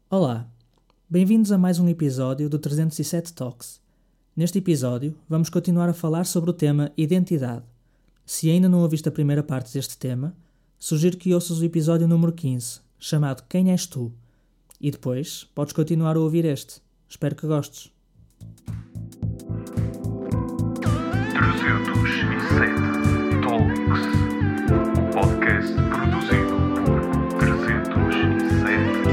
Olá, bem-vindos a mais um episódio do 307 Talks. Neste episódio, vamos continuar a falar sobre o tema identidade. Se ainda não ouviste a primeira parte deste tema, sugiro que ouças o episódio número 15, chamado Quem és tu? E depois podes continuar a ouvir este. Espero que gostes. 307 Talks, o podcast produzido por 307.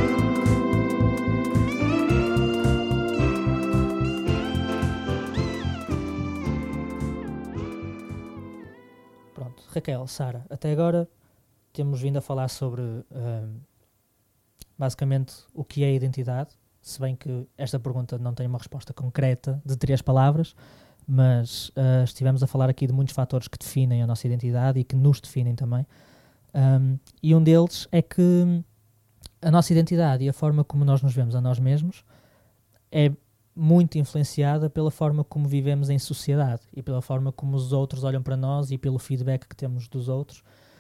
Pronto, Raquel, Sara, até agora temos vindo a falar sobre basicamente o que é identidade, se bem que esta pergunta não tem uma resposta concreta de 3 palavras, mas estivemos a falar aqui de muitos fatores que definem a nossa identidade e que nos definem também. E um deles é que a nossa identidade e a forma como nós nos vemos a nós mesmos é muito influenciada pela forma como vivemos em sociedade e pela forma como os outros olham para nós e pelo feedback que temos dos outros.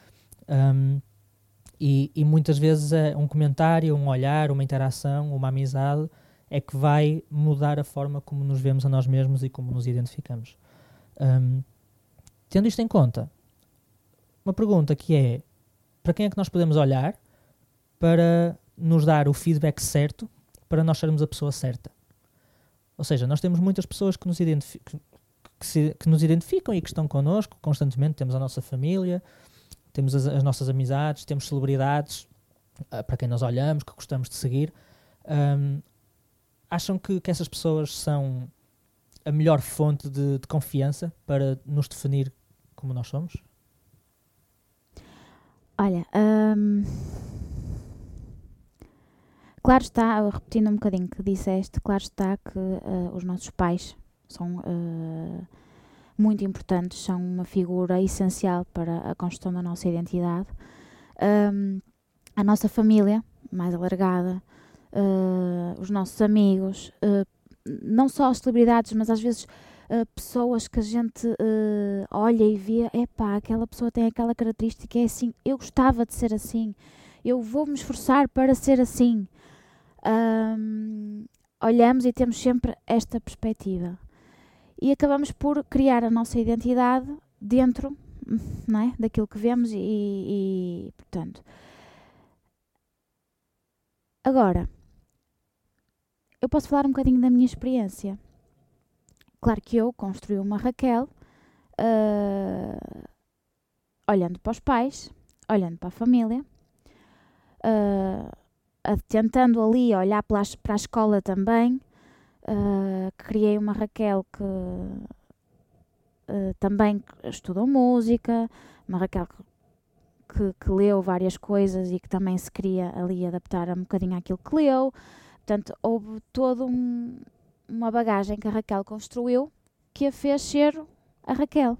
E muitas vezes é um comentário, um olhar, uma interação, uma amizade é que vai mudar a forma como nos vemos a nós mesmos e como nos identificamos. Tendo isto em conta, uma pergunta que é: para quem é que nós podemos olhar para nos dar o feedback certo para nós sermos a pessoa certa? Ou seja, nós temos muitas pessoas que nos identificam e que estão connosco constantemente. Temos a nossa família, temos as nossas amizades, temos celebridades para quem nós olhamos, que gostamos de seguir. Acham que essas pessoas são a melhor fonte de confiança para nos definir como nós somos? Olha, claro está, repetindo um bocadinho o que disseste, claro está que os nossos pais são muito importantes, são uma figura essencial para a construção da nossa identidade. A nossa família, mais alargada, os nossos amigos, não só as celebridades, mas às vezes pessoas que a gente olha e vê, epá, aquela pessoa tem aquela característica, é assim, eu gostava de ser assim, eu vou me esforçar para ser assim. Olhamos e temos sempre esta perspectiva e acabamos por criar a nossa identidade dentro, não é, daquilo que vemos e portanto, agora eu posso falar um bocadinho da minha experiência. Claro que eu construí uma Raquel olhando para os pais, olhando para a família, tentando ali olhar para a escola também. Criei uma Raquel que também estudou música, uma Raquel que leu várias coisas e que também se queria ali adaptar um bocadinho àquilo que leu. Portanto, houve toda uma bagagem que a Raquel construiu que a fez ser a Raquel.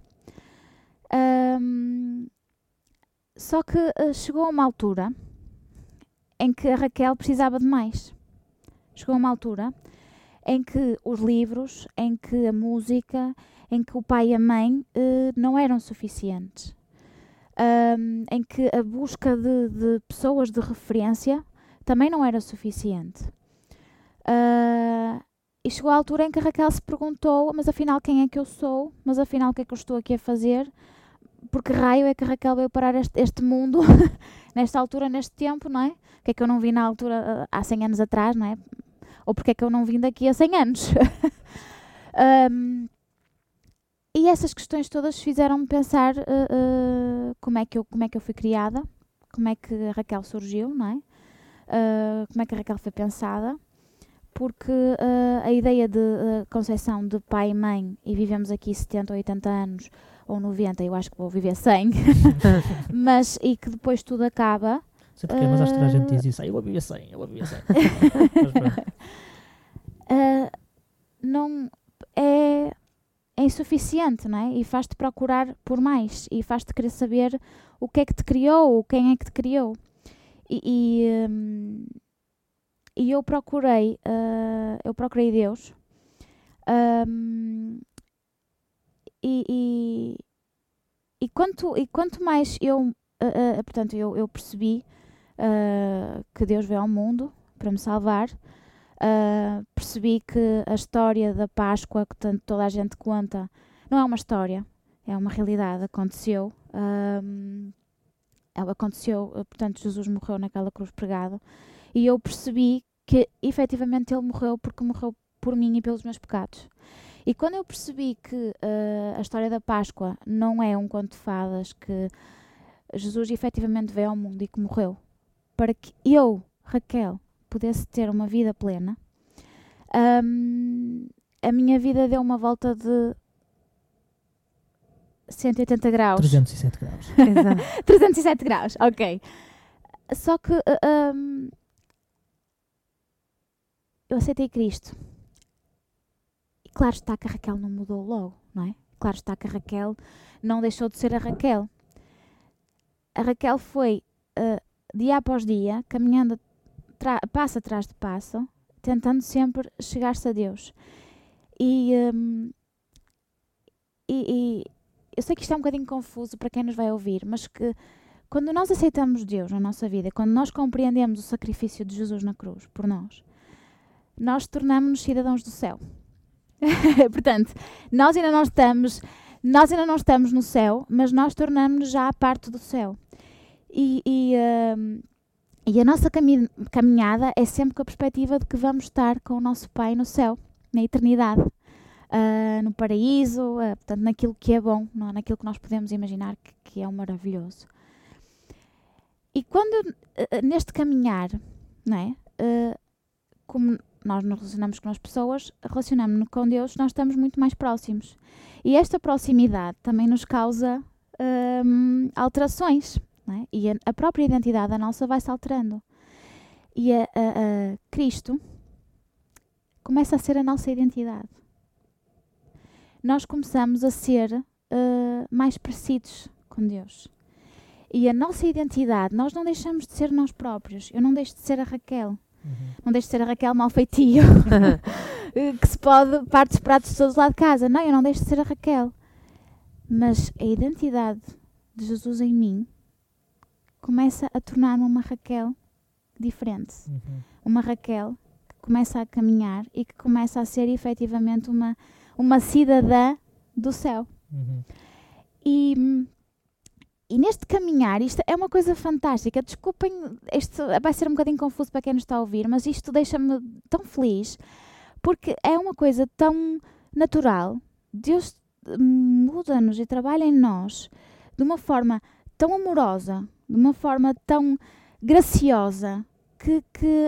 Só que chegou a uma altura em que a Raquel precisava de mais. Chegou a uma altura em que os livros, em que a música, em que o pai e a mãe não eram suficientes. Em que a busca de pessoas de referência também não era suficiente. E chegou a altura em que a Raquel se perguntou, mas afinal quem é que eu sou? Mas afinal o que é que eu estou aqui a fazer? Porque raio é que a Raquel veio parar este mundo nesta altura, neste tempo, não é? O que é que eu não vi na altura, há 100 anos atrás, não é? Ou porque é que eu não vim daqui a 100 anos? E essas questões todas fizeram-me pensar como é que eu fui criada, como é que a Raquel surgiu, não é? Como é que a Raquel foi pensada, porque a ideia de concepção de pai e mãe, e vivemos aqui 70 ou 80 anos, ou 90, eu acho que vou viver 100, mas e que depois tudo acaba. Sei porquê, mas acho que a gente diz isso. Eu vou viver 100, eu vou viver 100. Não é insuficiente, não é? E faz-te procurar por mais, e faz-te querer saber o que é que te criou, ou quem é que te criou. E eu procurei Deus, e quanto mais eu percebi que Deus veio ao mundo para me salvar. Percebi que a história da Páscoa, que tanto toda a gente conta, não é uma história, é uma realidade, aconteceu. Portanto, Jesus morreu naquela cruz pregado, e eu percebi que efetivamente ele morreu porque morreu por mim e pelos meus pecados. E quando eu percebi que a história da Páscoa não é um conto de fadas, que Jesus efetivamente veio ao mundo e que morreu para que eu, Raquel, pudesse ter uma vida plena, a minha vida deu uma volta de 180 graus. 307 graus. Exato. 307 graus, ok. Só que eu aceitei Cristo. E claro está que a Raquel não mudou logo, não é? Claro está que a Raquel não deixou de ser a Raquel. A Raquel foi, dia após dia, caminhando passo atrás de passo, tentando sempre chegar-se a Deus. E eu sei que isto é um bocadinho confuso para quem nos vai ouvir, mas que quando nós aceitamos Deus na nossa vida, quando nós compreendemos o sacrifício de Jesus na cruz por nós, nós tornamos-nos cidadãos do céu. Portanto, nós ainda não estamos no céu, mas nós tornamos-nos já a parte do céu. E a nossa caminhada é sempre com a perspectiva de que vamos estar com o nosso Pai no céu, na eternidade, no paraíso, portanto, naquilo que é bom, não é? Naquilo que nós podemos imaginar que é um maravilhoso. E quando, neste caminhar, não é? Como nós nos relacionamos com as pessoas, relacionamos-nos com Deus, nós estamos muito mais próximos. E esta proximidade também nos causa alterações, não é? E a própria identidade da nossa vai-se alterando. E Cristo começa a ser a nossa identidade. Nós começamos a ser mais parecidos com Deus. E a nossa identidade, nós não deixamos de ser nós próprios. Eu não deixo de ser a Raquel. Não deixo de ser a Raquel mal feitio. Que se pode, parte os pratos todos lá de casa. Não, eu não deixo de ser a Raquel. Mas a identidade de Jesus em mim começa a tornar-me uma Raquel diferente. Uma Raquel que começa a caminhar e que começa a ser efetivamente uma cidadã do céu. E neste caminhar, isto é uma coisa fantástica. Desculpem, isto vai ser um bocadinho confuso para quem nos está a ouvir, mas isto deixa-me tão feliz, porque é uma coisa tão natural. Deus muda-nos e trabalha em nós de uma forma tão amorosa, de uma forma tão graciosa, que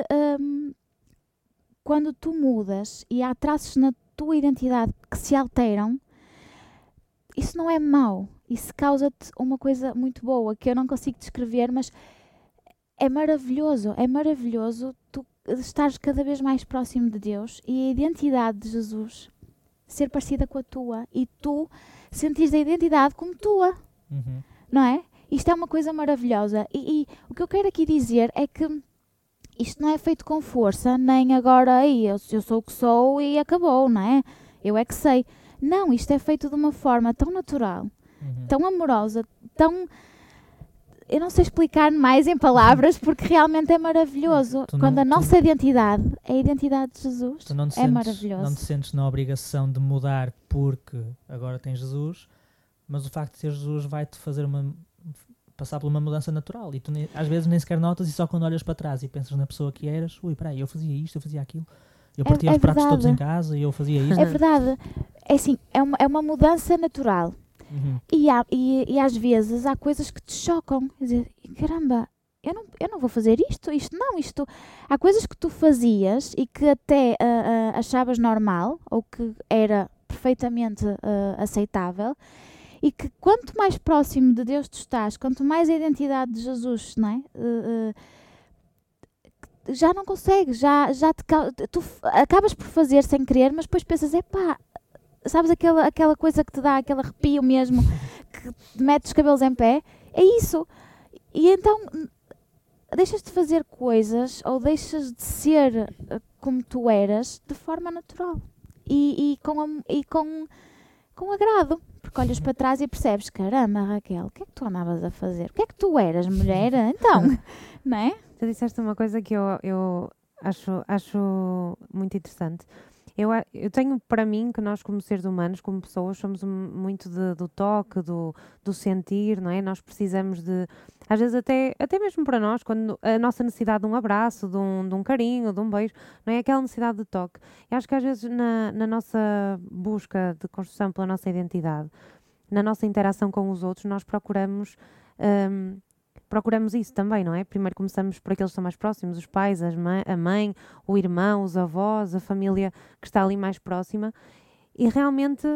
quando tu mudas e há traços na tua identidade que se alteram, isso não é mau. Isso causa-te uma coisa muito boa, que eu não consigo descrever, mas é maravilhoso. É maravilhoso tu estares cada vez mais próximo de Deus e a identidade de Jesus ser parecida com a tua e tu sentires a identidade como tua. Não é? Isto é uma coisa maravilhosa. E o que eu quero aqui dizer é que isto não é feito com força, nem agora eu sou o que sou e acabou, não é? Eu é que sei. Não, isto é feito de uma forma tão natural, tão amorosa, tão... Eu não sei explicar mais em palavras, porque realmente é maravilhoso. Quando a nossa identidade é a identidade de Jesus, é maravilhoso. Não te sentes na obrigação de mudar porque agora tens Jesus, mas o facto de ter Jesus vai-te fazer passar por uma mudança natural. E tu às vezes nem sequer notas, e só quando olhas para trás e pensas na pessoa que eras, peraí, eu fazia isto, eu fazia aquilo. Eu partia os pratos todos em casa e eu fazia isto. É verdade. É assim, é uma mudança natural. E às vezes há coisas que te chocam. Quer dizer, caramba, eu não vou fazer isto. Há coisas que tu fazias e que até achavas normal, ou que era perfeitamente aceitável, e que quanto mais próximo de Deus tu estás, quanto mais a identidade de Jesus, não é? Já não consegues, tu acabas por fazer sem querer, mas depois pensas, sabes aquela coisa que te dá aquele arrepio mesmo, que te mete os cabelos em pé? É isso. E então deixas de fazer coisas, ou deixas de ser como tu eras, de forma natural e com agrado. Porque olhas para trás e percebes, caramba, Raquel, o que é que tu andavas a fazer? O que é que tu eras, mulher? Então, não é? Tu disseste uma coisa que eu Acho muito interessante. Eu tenho para mim que nós, como seres humanos, como pessoas, somos muito do toque, do sentir, não é? Nós precisamos de, às vezes até mesmo para nós, quando a nossa necessidade de um abraço, de um carinho, de um beijo, não é? Aquela necessidade de toque. Eu acho que às vezes na nossa busca de construção pela nossa identidade, na nossa interação com os outros, nós procuramos isso também, não é? Primeiro começamos por aqueles que são mais próximos, os pais, a mãe, o irmão, os avós, a família que está ali mais próxima, e realmente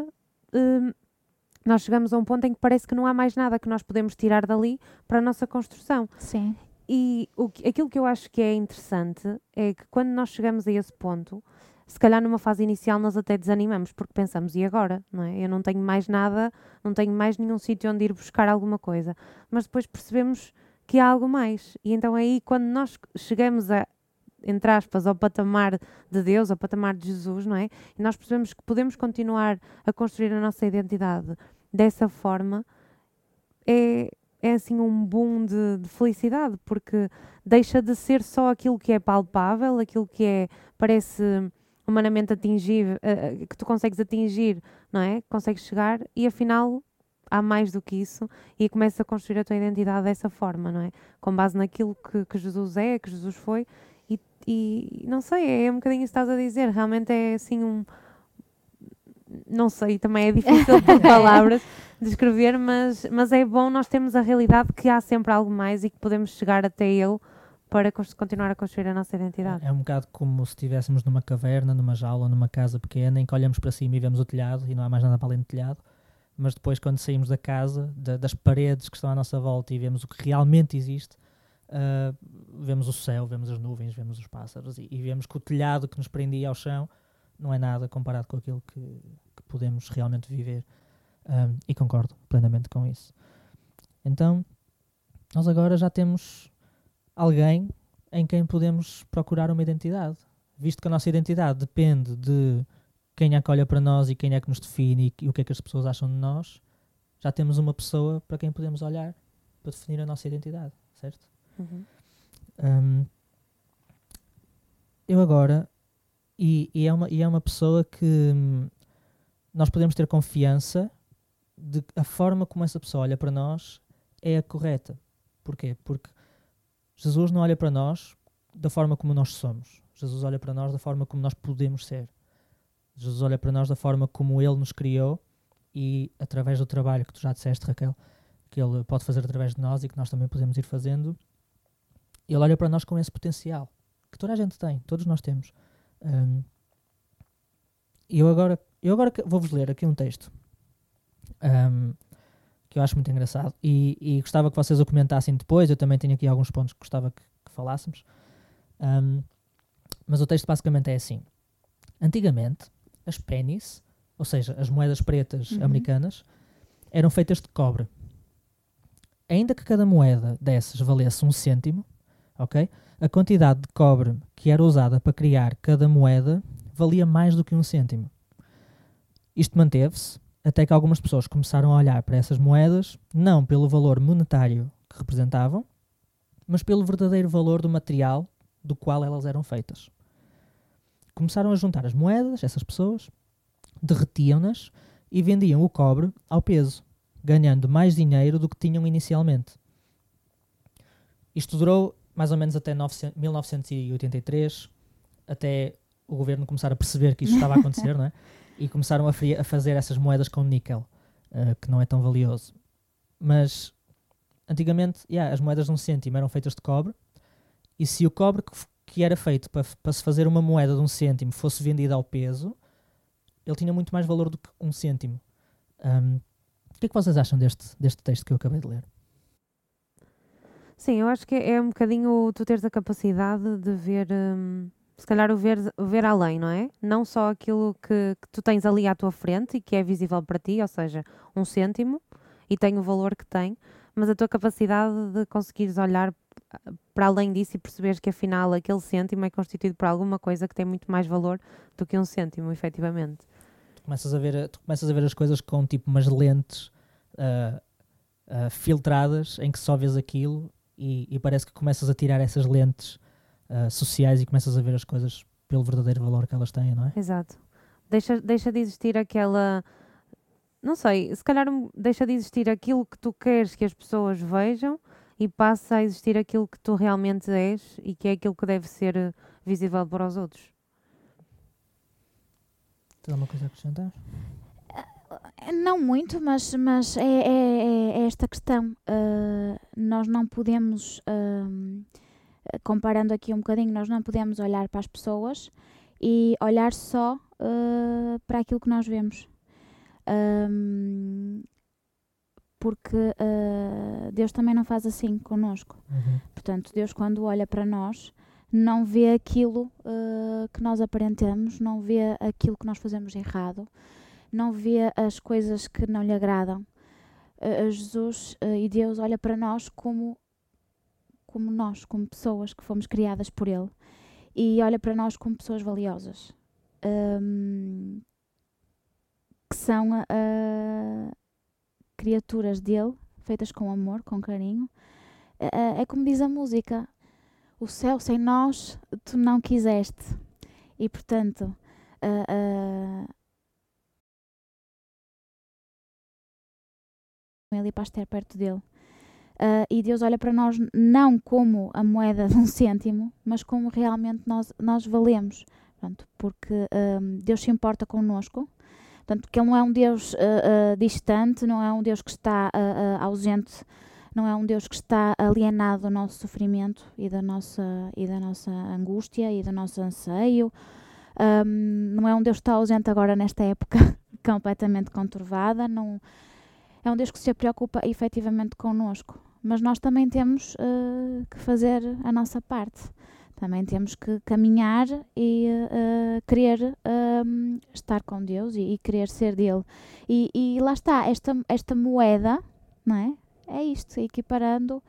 nós chegamos a um ponto em que parece que não há mais nada que nós podemos tirar dali para a nossa construção. Sim. E aquilo que eu acho que é interessante é que quando nós chegamos a esse ponto, se calhar numa fase inicial nós até desanimamos, porque pensamos, e agora? Não é? Eu não tenho mais nada, não tenho mais nenhum sítio onde ir buscar alguma coisa. Mas depois percebemos que há algo mais. E então é aí, quando nós chegamos entre aspas, ao patamar de Deus, ao patamar de Jesus, não é? E nós percebemos que podemos continuar a construir a nossa identidade dessa forma, é assim um boom de felicidade, porque deixa de ser só aquilo que é palpável, aquilo que parece humanamente atingível, que tu consegues atingir, não é? Consegues chegar e afinal há mais do que isso e começas a construir a tua identidade dessa forma, não é? Com base naquilo que Jesus é, que Jesus foi e não sei, é um bocadinho isso que estás a dizer, realmente é assim não sei, também é difícil por palavras descrever, mas é bom nós termos a realidade que há sempre algo mais e que podemos chegar até ele para continuar a construir a nossa identidade. É um bocado como se estivéssemos numa caverna, numa jaula, numa casa pequena, em que olhamos para cima e vemos o telhado e não há mais nada para além do telhado, mas depois quando saímos da casa, das paredes que estão à nossa volta e vemos o que realmente existe, vemos o céu, vemos as nuvens, vemos os pássaros e vemos que o telhado que nos prendia ao chão não é nada comparado com aquilo que podemos realmente viver. E concordo plenamente com isso. Então, nós agora já temos alguém em quem podemos procurar uma identidade. Visto que a nossa identidade depende de quem é que olha para nós e quem é que nos define e o que é que as pessoas acham de nós, já temos uma pessoa para quem podemos olhar para definir a nossa identidade, certo? Uhum. Eu agora, e é uma pessoa que nós podemos ter confiança de que a forma como essa pessoa olha para nós é a correta. Porquê? Porque Jesus não olha para nós da forma como nós somos. Jesus olha para nós da forma como nós podemos ser. Jesus olha para nós da forma como Ele nos criou e através do trabalho que tu já disseste, Raquel, que Ele pode fazer através de nós e que nós também podemos ir fazendo. Ele olha para nós com esse potencial que toda a gente tem, todos nós temos. E eu agora vou-vos ler aqui um texto que eu acho muito engraçado e gostava que vocês o comentassem depois. Eu também tenho aqui alguns pontos que gostava que falássemos, mas o texto basicamente é assim: antigamente as pennies, ou seja, as moedas pretas americanas, eram feitas de cobre. Ainda que cada moeda dessas valesse 1 cêntimo, ok? A quantidade de cobre que era usada para criar cada moeda valia mais do que 1 cêntimo. Isto manteve-se até que algumas pessoas começaram a olhar para essas moedas não pelo valor monetário que representavam, mas pelo verdadeiro valor do material do qual elas eram feitas. Começaram a juntar as moedas, essas pessoas, derretiam-nas e vendiam o cobre ao peso, ganhando mais dinheiro do que tinham inicialmente. Isto durou mais ou menos até 1983, até o governo começar a perceber que isto estava a acontecer, não é? E começaram a fazer essas moedas com níquel, que não é tão valioso. Mas, antigamente, as moedas de 1 cêntimo eram feitas de cobre, e se o cobre que era feito para se fazer uma moeda de 1 cêntimo fosse vendido ao peso, ele tinha muito mais valor do que 1 cêntimo. O que é que vocês acham deste texto que eu acabei de ler? Sim, eu acho que é um bocadinho tu teres a capacidade de ver, se calhar o ver além, não é? Não só aquilo que tu tens ali à tua frente e que é visível para ti, ou seja, 1 cêntimo, e tem o valor que tem, mas a tua capacidade de conseguires olhar para além disso e perceberes que afinal aquele cêntimo é constituído por alguma coisa que tem muito mais valor do que 1 cêntimo, efetivamente. Tu começas a ver as coisas com tipo umas lentes filtradas em que só vês aquilo e parece que começas a tirar essas lentes sociais e começas a ver as coisas pelo verdadeiro valor que elas têm, não é? Exato. Deixa de existir aquela... Não sei, se calhar deixa de existir aquilo que tu queres que as pessoas vejam e passa a existir aquilo que tu realmente és e que é aquilo que deve ser visível para os outros. Tem alguma coisa a acrescentar? Não muito, mas é esta questão. Nós não podemos, comparando aqui um bocadinho, nós não podemos olhar para as pessoas e olhar só para aquilo que nós vemos. Porque Deus também não faz assim connosco. Portanto, Deus, quando olha para nós, não vê aquilo que nós aparentamos, não vê aquilo que nós fazemos errado, não vê as coisas que não lhe agradam. Jesus e Deus olha para nós como nós, como pessoas que fomos criadas por Ele, e olha para nós como pessoas valiosas, que são criaturas dele, feitas com amor, com carinho. É como diz a música: o céu sem nós tu não quiseste. E portanto, ele para estar perto dele. E Deus olha para nós não como a moeda de 1 cêntimo, mas como realmente nós valemos. Portanto, porque Deus se importa connosco. Portanto, que Ele não é um Deus distante, não é um Deus que está ausente, não é um Deus que está alienado do nosso sofrimento e da nossa angústia e do nosso anseio. Não é um Deus que está ausente agora nesta época completamente conturbada. Não, é um Deus que se preocupa efetivamente connosco. Mas nós também temos que fazer a nossa parte. Também temos que caminhar e querer estar com Deus e querer ser dele. E lá está, esta moeda, não é? É isto, equiparando.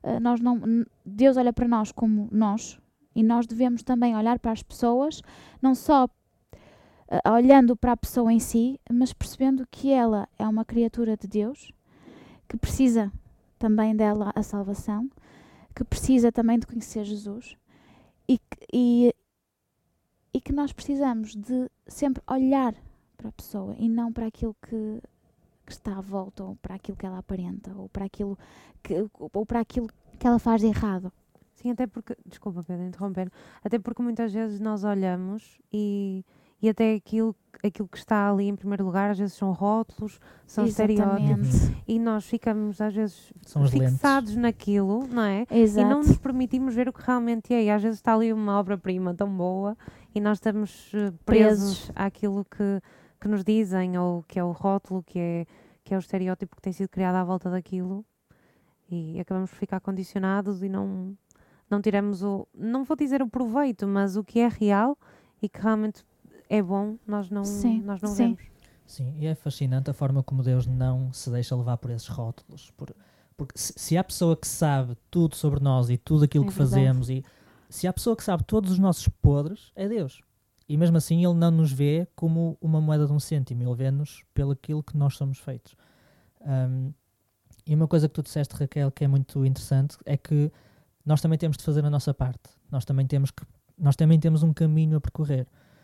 Deus olha para nós como nós, e nós devemos também olhar para as pessoas, não só olhando para a pessoa em si, mas percebendo que ela é uma criatura de Deus, que precisa também dela a salvação, que precisa também de conhecer Jesus. E que nós precisamos de sempre olhar para a pessoa e não para aquilo que está à volta, ou para aquilo que ela aparenta, ou para aquilo que ela faz de errado. Sim, até porque, desculpa Pedro, interromper, até porque muitas vezes nós olhamos e até aquilo que está ali em primeiro lugar, às vezes são rótulos, são estereótipos, e nós ficamos às vezes fixados naquilo, não é? Exato. E não nos permitimos ver o que realmente é, e às vezes está ali uma obra-prima tão boa e nós estamos presos àquilo que nos dizem, ou que é o rótulo, que é o estereótipo que tem sido criado à volta daquilo, e acabamos por ficar condicionados e não tiramos não vou dizer o proveito, mas o que é real e que realmente é bom, nós não vemos. Sim, e é fascinante a forma como Deus não se deixa levar por esses rótulos. Porque se há pessoa que sabe tudo sobre nós e tudo aquilo que fazemos, e se há pessoa que sabe todos os nossos podres, é Deus. E mesmo assim Ele não nos vê como uma moeda de 1 cêntimo, Ele vê-nos pelo aquilo que nós somos feitos. E uma coisa que tu disseste, Raquel, que é muito interessante, é que nós também temos de fazer a nossa parte. Nós também temos um caminho a percorrer.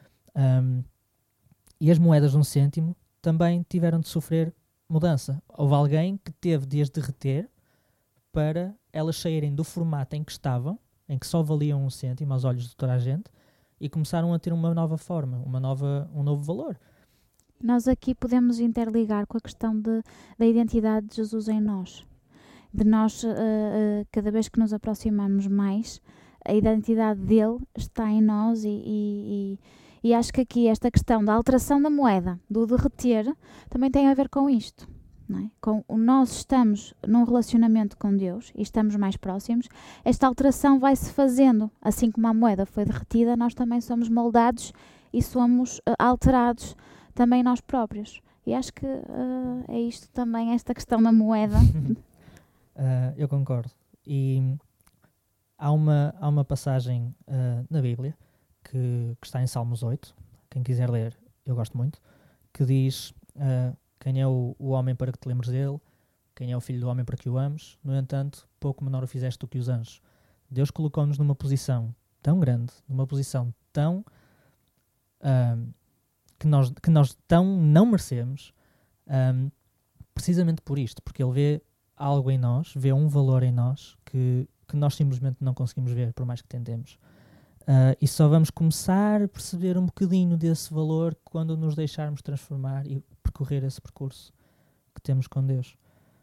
E as moedas de 1 cêntimo também tiveram de sofrer mudança. Houve alguém que teve de as derreter para elas saírem do formato em que estavam, em que só valiam 1 cêntimo aos olhos de toda a gente, e começaram a ter uma nova forma, um novo valor. Nós aqui podemos interligar com a questão da identidade de Jesus em nós. De nós, cada vez que nos aproximamos mais, a identidade dele está em nós, e acho que aqui esta questão da alteração da moeda, do derreter, também tem a ver com isto. Não é? Nós estamos num relacionamento com Deus e estamos mais próximos, esta alteração vai-se fazendo, assim como a moeda foi derretida, nós também somos moldados e somos alterados também nós próprios. E acho que é isto também, esta questão da moeda. Eu concordo. E há uma passagem na Bíblia que está em Salmos 8, quem quiser ler, eu gosto muito, que diz: quem é o homem para que te lembres dele? Quem é o filho do homem para que o ames? No entanto, pouco menor o fizeste do que os anjos. Deus colocou-nos numa posição tão grande, numa posição tão que nós tão não merecemos, precisamente por isto, porque ele vê algo em nós, vê um valor em nós que nós simplesmente não conseguimos ver, por mais que tentemos. E só vamos começar a perceber um bocadinho desse valor quando nos deixarmos transformar e percorrer esse percurso que temos com Deus.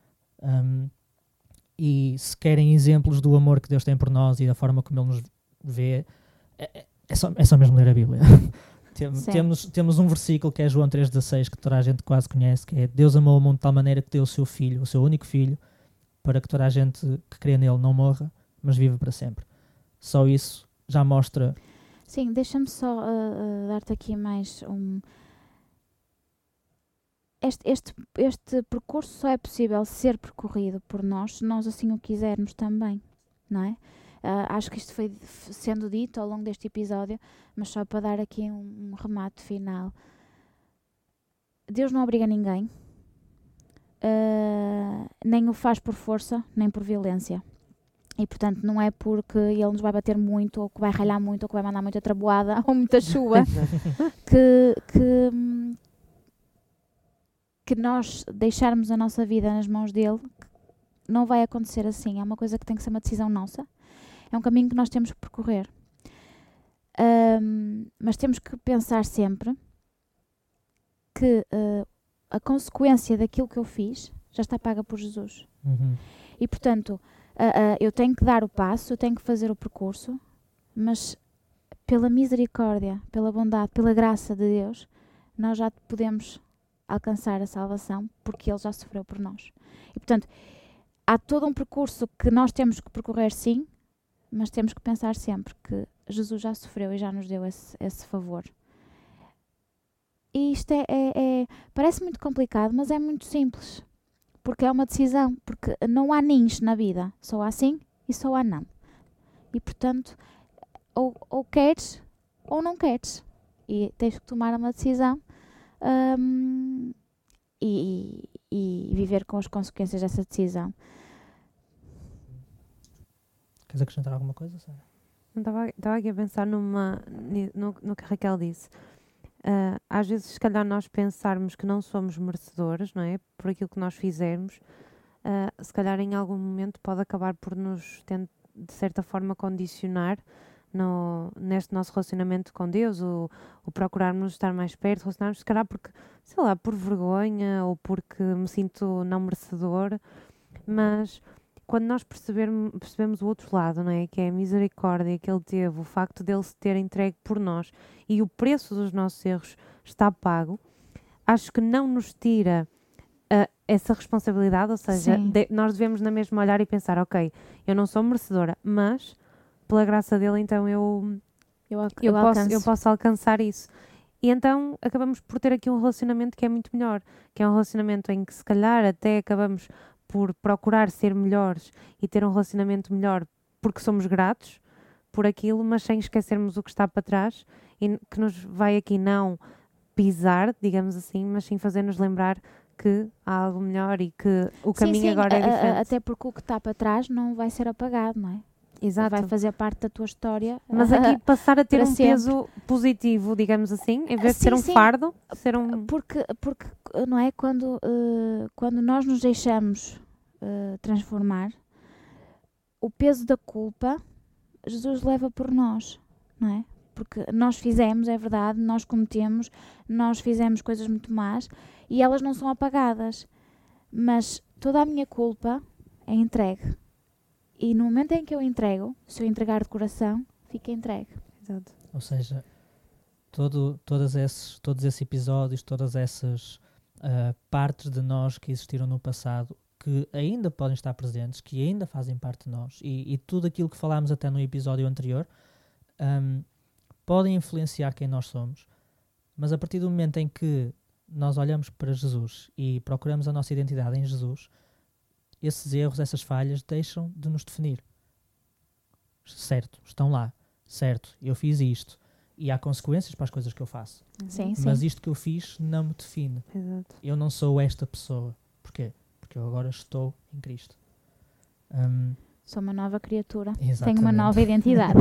E se querem exemplos do amor que Deus tem por nós e da forma como Ele nos vê, é só mesmo ler a Bíblia. Temos um versículo que é João 3,16, que toda a gente quase conhece, que é: Deus amou o mundo de tal maneira que deu o seu filho, o seu único filho, para que toda a gente que crê nele não morra, mas viva para sempre. Só isso já mostra... Sim, deixa-me só dar-te aqui mais um... Este percurso só é possível ser percorrido por nós se nós assim o quisermos também, não é? Acho que isto foi sendo dito ao longo deste episódio, mas só para dar aqui um remate final. Deus não obriga ninguém, nem o faz por força, nem por violência. E, portanto, não é porque Ele nos vai bater muito, ou que vai ralhar muito, ou que vai mandar muita traboada, ou muita chuva, que nós deixarmos a nossa vida nas mãos dele. Não vai acontecer assim. É uma coisa que tem que ser uma decisão nossa. É um caminho que nós temos que percorrer. Mas temos que pensar sempre que a consequência daquilo que eu fiz já está paga por Jesus. E, portanto, eu tenho que dar o passo, eu tenho que fazer o percurso, mas pela misericórdia, pela bondade, pela graça de Deus, nós já podemos alcançar a salvação, porque Ele já sofreu por nós. E, portanto, há todo um percurso que nós temos que percorrer, sim, mas temos que pensar sempre que Jesus já sofreu e já nos deu esse favor. E isto parece muito complicado, mas é muito simples. Porque é uma decisão. Porque não há nins na vida. Só há sim e só há não. E, portanto, ou queres ou não queres. E tens que tomar uma decisão e viver com as consequências dessa decisão. Queres acrescentar alguma coisa, Sara? Estava aqui a pensar no que a Raquel disse. Às vezes, se calhar, nós pensarmos que não somos merecedores, não é? Por aquilo que nós fizermos, se calhar em algum momento pode acabar por nos, de certa forma, condicionar neste nosso relacionamento com Deus, o procurarmos estar mais perto, relacionarmos, se calhar porque, sei lá, por vergonha ou porque me sinto não merecedor, mas quando nós percebemos o outro lado, não é? Que é a misericórdia que Ele teve, o facto dele se ter entregue por nós e o preço dos nossos erros está pago, acho que não nos tira essa responsabilidade, ou seja, nós devemos na mesma olhar e pensar, ok, eu não sou merecedora, mas pela graça dele, então eu posso alcançar isso. E então acabamos por ter aqui um relacionamento que é muito melhor, que é um relacionamento em que se calhar até acabamos por procurar ser melhores e ter um relacionamento melhor porque somos gratos por aquilo, mas sem esquecermos o que está para trás e que nos vai aqui não pisar, digamos assim, mas sim fazer-nos lembrar que há algo melhor e que o caminho agora é diferente. Até porque o que está para trás não vai ser apagado, não é? Exato. Vai fazer parte da tua história. Mas aqui passar a ter um sempre. peso positivo, digamos assim, em vez de ser um fardo, ser um... Porque não é? Quando nós nos deixamos transformar, o peso da culpa, Jesus leva por nós, não é? Porque nós fizemos, é verdade, nós cometemos, nós fizemos coisas muito más e elas não são apagadas. Mas toda a minha culpa é entregue. E no momento em que eu entrego, se eu entregar de coração, fica entregue. Exato. Ou seja, todos esses episódios, todas essas partes de nós que existiram no passado, que ainda podem estar presentes, que ainda fazem parte de nós, e tudo aquilo que falámos até no episódio anterior, podem influenciar quem nós somos, mas a partir do momento em que nós olhamos para Jesus e procuramos a nossa identidade em Jesus, esses erros, essas falhas deixam de nos definir. Certo, estão lá. Certo, eu fiz isto. E há consequências para as coisas que eu faço. Sim, mas isto que eu fiz não me define. Exato. Eu não sou esta pessoa. Porquê? Porque eu agora estou em Cristo. Sou uma nova criatura. Tenho Exatamente. uma nova identidade.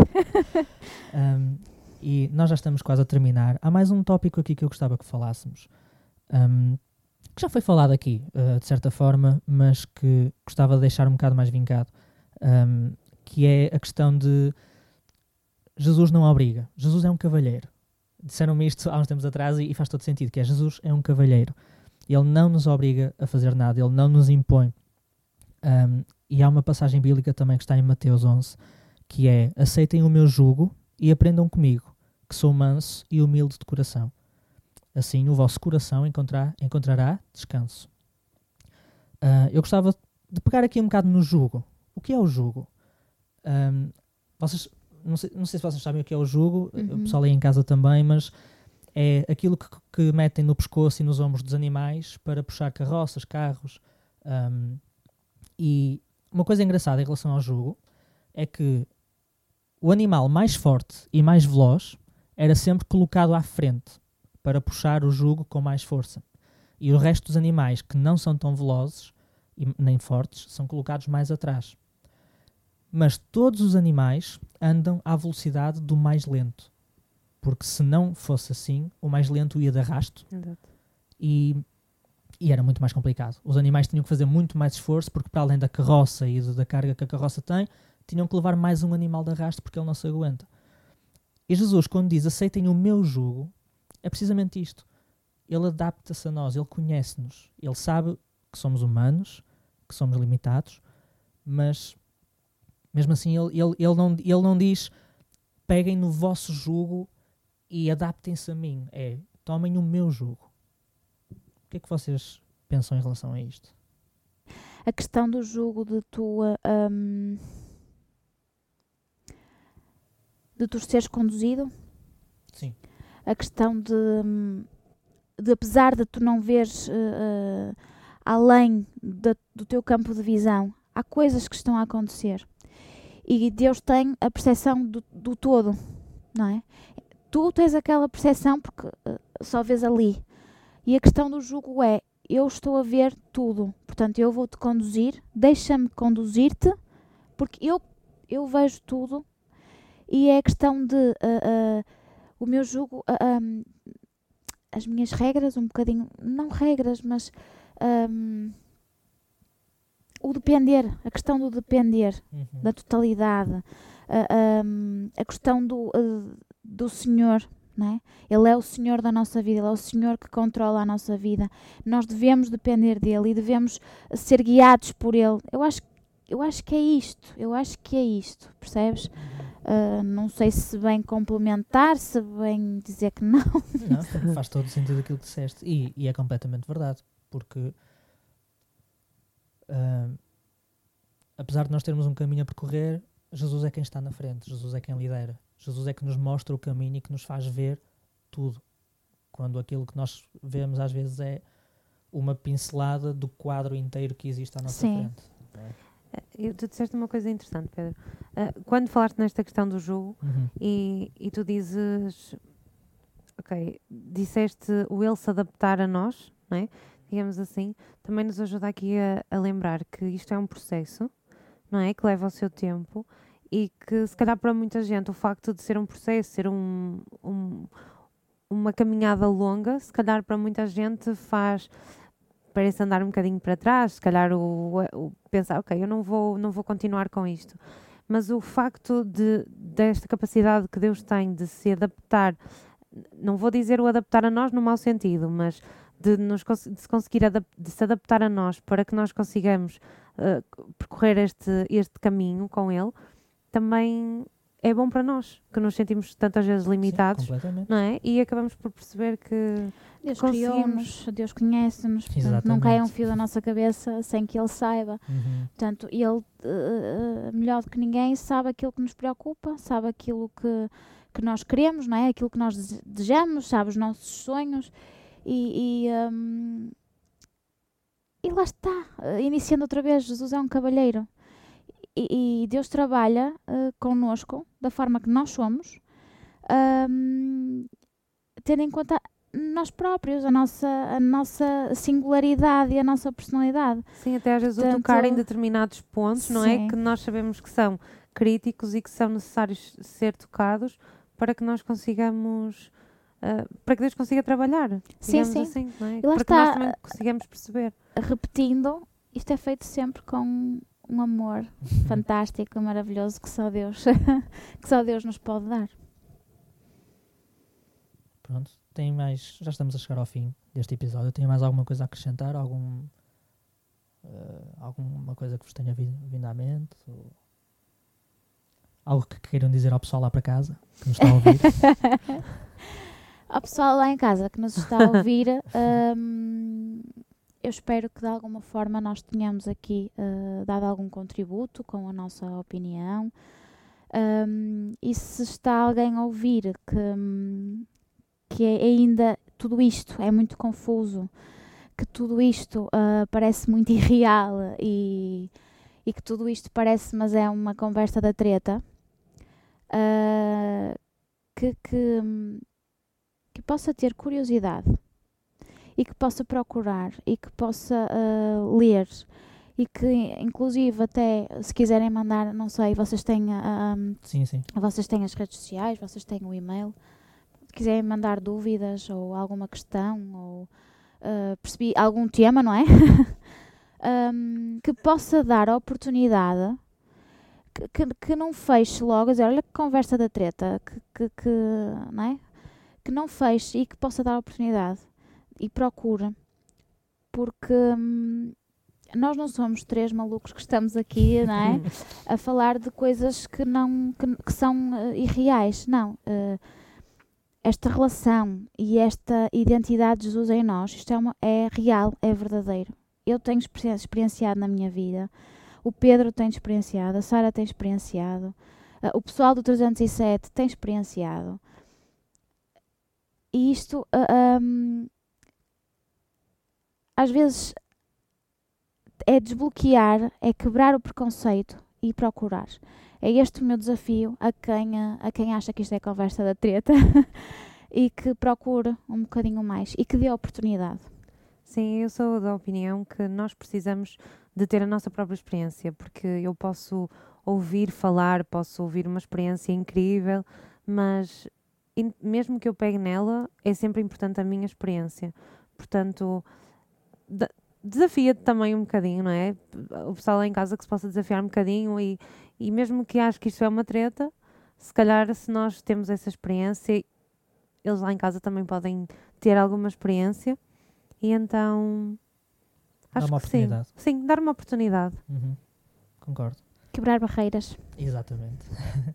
E nós já estamos quase a terminar. Há mais um tópico aqui que eu gostava que falássemos, que já foi falado aqui, de certa forma, mas que gostava de deixar um bocado mais vincado, que é a questão de Jesus não obriga. Jesus é um cavalheiro. Disseram-me isto há uns tempos atrás e faz todo sentido, que é Jesus é um cavalheiro. Ele não nos obriga a fazer nada, ele não nos impõe. E há uma passagem bíblica também que está em Mateus 11, que é: aceitem o meu jugo e aprendam comigo, que sou manso e humilde de coração. Assim o vosso coração encontrará descanso. Eu gostava de pegar aqui um bocado no jugo. O que é o jugo? Vocês, não sei se vocês sabem o que é o jugo, o pessoal aí em casa também, mas é aquilo que metem no pescoço e nos ombros dos animais para puxar carroças, carros. E uma coisa engraçada em relação ao jugo é que o animal mais forte e mais veloz era sempre colocado à frente para puxar o jugo com mais força. E o resto dos animais que não são tão velozes e nem fortes são colocados mais atrás. Mas todos os animais andam à velocidade do mais lento. Porque se não fosse assim, o mais lento ia de arrasto. Exato. E era muito mais complicado. Os animais tinham que fazer muito mais esforço, porque para além da carroça e da carga que a carroça tem, tinham que levar mais um animal de arrasto porque ele não se aguenta. E Jesus, quando diz aceitem o meu jugo, é precisamente isto. Ele adapta-se a nós, ele conhece-nos, ele sabe que somos humanos, que somos limitados, mas mesmo assim ele não diz peguem no vosso jugo e adaptem-se a mim. É, tomem o meu jugo. O que é que vocês pensam em relação a isto? A questão do jugo de tu seres conduzido. Sim. A questão de apesar de tu não veres além do teu campo de visão, há coisas que estão a acontecer. E Deus tem a percepção do todo, não é? Tu tens aquela percepção porque só vês ali. E a questão do jugo é, eu estou a ver tudo, portanto eu vou-te conduzir, deixa-me conduzir-te, porque eu vejo tudo. E é a questão de o meu jugo, as minhas regras, um bocadinho, não regras, mas o depender, a questão do depender, da totalidade, a questão do Senhor, não é? Ele é o Senhor da nossa vida, Ele é o Senhor que controla a nossa vida. Nós devemos depender dEle e devemos ser guiados por Ele. Eu acho que é isto, percebes? Não sei se bem complementar, se bem dizer que não. Não, faz todo sentido aquilo que disseste. E é completamente verdade, porque apesar de nós termos um caminho a percorrer, Jesus é quem está na frente, Jesus é quem lidera, Jesus é que nos mostra o caminho e que nos faz ver tudo, quando aquilo que nós vemos às vezes é uma pincelada do quadro inteiro que existe à nossa frente. Tu disseste uma coisa interessante, Pedro. Quando falaste nesta questão do jugo e tu dizes, disseste o ele se adaptar a nós, não é? Digamos assim, também nos ajuda aqui a lembrar que isto é um processo, não é? Que leva o seu tempo e que se calhar para muita gente o facto de ser um processo, ser uma caminhada longa, se calhar para muita gente parece andar um bocadinho para trás, se calhar o pensar, eu não vou continuar com isto. Mas o facto desta capacidade que Deus tem de se adaptar, não vou dizer o adaptar a nós no mau sentido, mas de se adaptar a nós para que nós consigamos percorrer este caminho com Ele, também é bom para nós, que nos sentimos tantas vezes limitados. Sim, não é? E acabamos por perceber que Deus criou-nos, Deus conhece-nos, portanto, não cai um fio da nossa cabeça sem que Ele saiba. Portanto, Ele, melhor do que ninguém, sabe aquilo que nos preocupa, sabe aquilo que nós queremos, não é? Aquilo que nós desejamos, sabe os nossos sonhos. E lá está, iniciando outra vez, Jesus é um cavalheiro. E Deus trabalha connosco da forma que nós somos, tendo em conta nós próprios, a nossa singularidade e a nossa personalidade. Sim, até às vezes o Portanto, tocar em determinados pontos, não é? sim. Que nós sabemos que são críticos e que são necessários ser tocados para que nós consigamos, para que Deus consiga trabalhar, Sim, digamos sim. assim, não é? E lá Para que nós está, também consigamos perceber. repetindo, isto é feito sempre com um amor fantástico, maravilhoso, que só Deus, que só Deus nos pode dar. Pronto, tem mais. Já estamos a chegar ao fim deste episódio. Tem mais alguma coisa a acrescentar? Alguma coisa que vos tenha vindo à mente? Ou algo que queiram dizer ao pessoal lá para casa que nos está a ouvir? Ao pessoal lá em casa que nos está a ouvir, eu espero que de alguma forma nós tenhamos aqui dado algum contributo com a nossa opinião. E se está alguém a ouvir que é ainda tudo isto é muito confuso, que tudo isto parece muito irreal e que tudo isto parece, mas é uma conversa da treta, que possa ter curiosidade e que possa procurar e que possa ler e que inclusive até se quiserem mandar, não sei, vocês têm Sim, sim. vocês têm as redes sociais, vocês têm o e-mail, se quiserem mandar dúvidas ou alguma questão ou perceber algum tema, não é? Que possa dar a oportunidade, que não feche logo, a dizer, olha que conversa da treta, não é? Que não feche e que possa dar a oportunidade e procure, porque nós não somos três malucos que estamos aqui, não é? A falar de coisas que são irreais, não. Esta relação e esta identidade de Jesus em nós, isto é real, é verdadeiro. Eu tenho experienciado na minha vida, o Pedro tem experienciado, a Sara tem experienciado, o pessoal do 307 tem experienciado. E isto, às vezes, é desbloquear, é quebrar o preconceito e procurar. É este o meu desafio a quem acha que isto é conversa da treta e que procure um bocadinho mais e que dê oportunidade. Sim, eu sou da opinião que nós precisamos de ter a nossa própria experiência, porque eu posso ouvir falar, posso ouvir uma experiência incrível, mas mesmo que eu pegue nela, é sempre importante a minha experiência. Portanto, desafia-te também um bocadinho, não é? O pessoal lá em casa que se possa desafiar um bocadinho e mesmo que acho que isto é uma treta, se calhar se nós temos essa experiência, eles lá em casa também podem ter alguma experiência e então acho Dá uma que oportunidade. sim, dar uma oportunidade. Uhum. Concordo. Quebrar barreiras. Exatamente.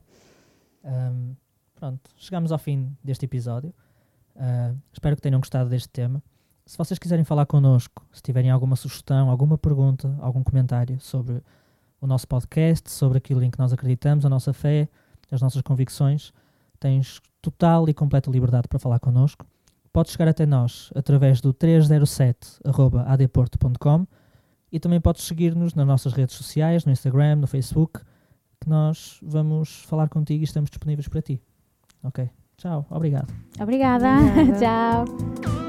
Pronto, chegamos ao fim deste episódio. Espero que tenham gostado deste tema. Se vocês quiserem falar connosco, se tiverem alguma sugestão, alguma pergunta, algum comentário sobre o nosso podcast, sobre aquilo em que nós acreditamos, a nossa fé, as nossas convicções, tens total e completa liberdade para falar connosco. Podes chegar até nós através do 307@adporto.com e também podes seguir-nos nas nossas redes sociais, no Instagram, no Facebook, que nós vamos falar contigo e estamos disponíveis para ti. Ok? Tchau, obrigado. Obrigada. Obrigada. Tchau.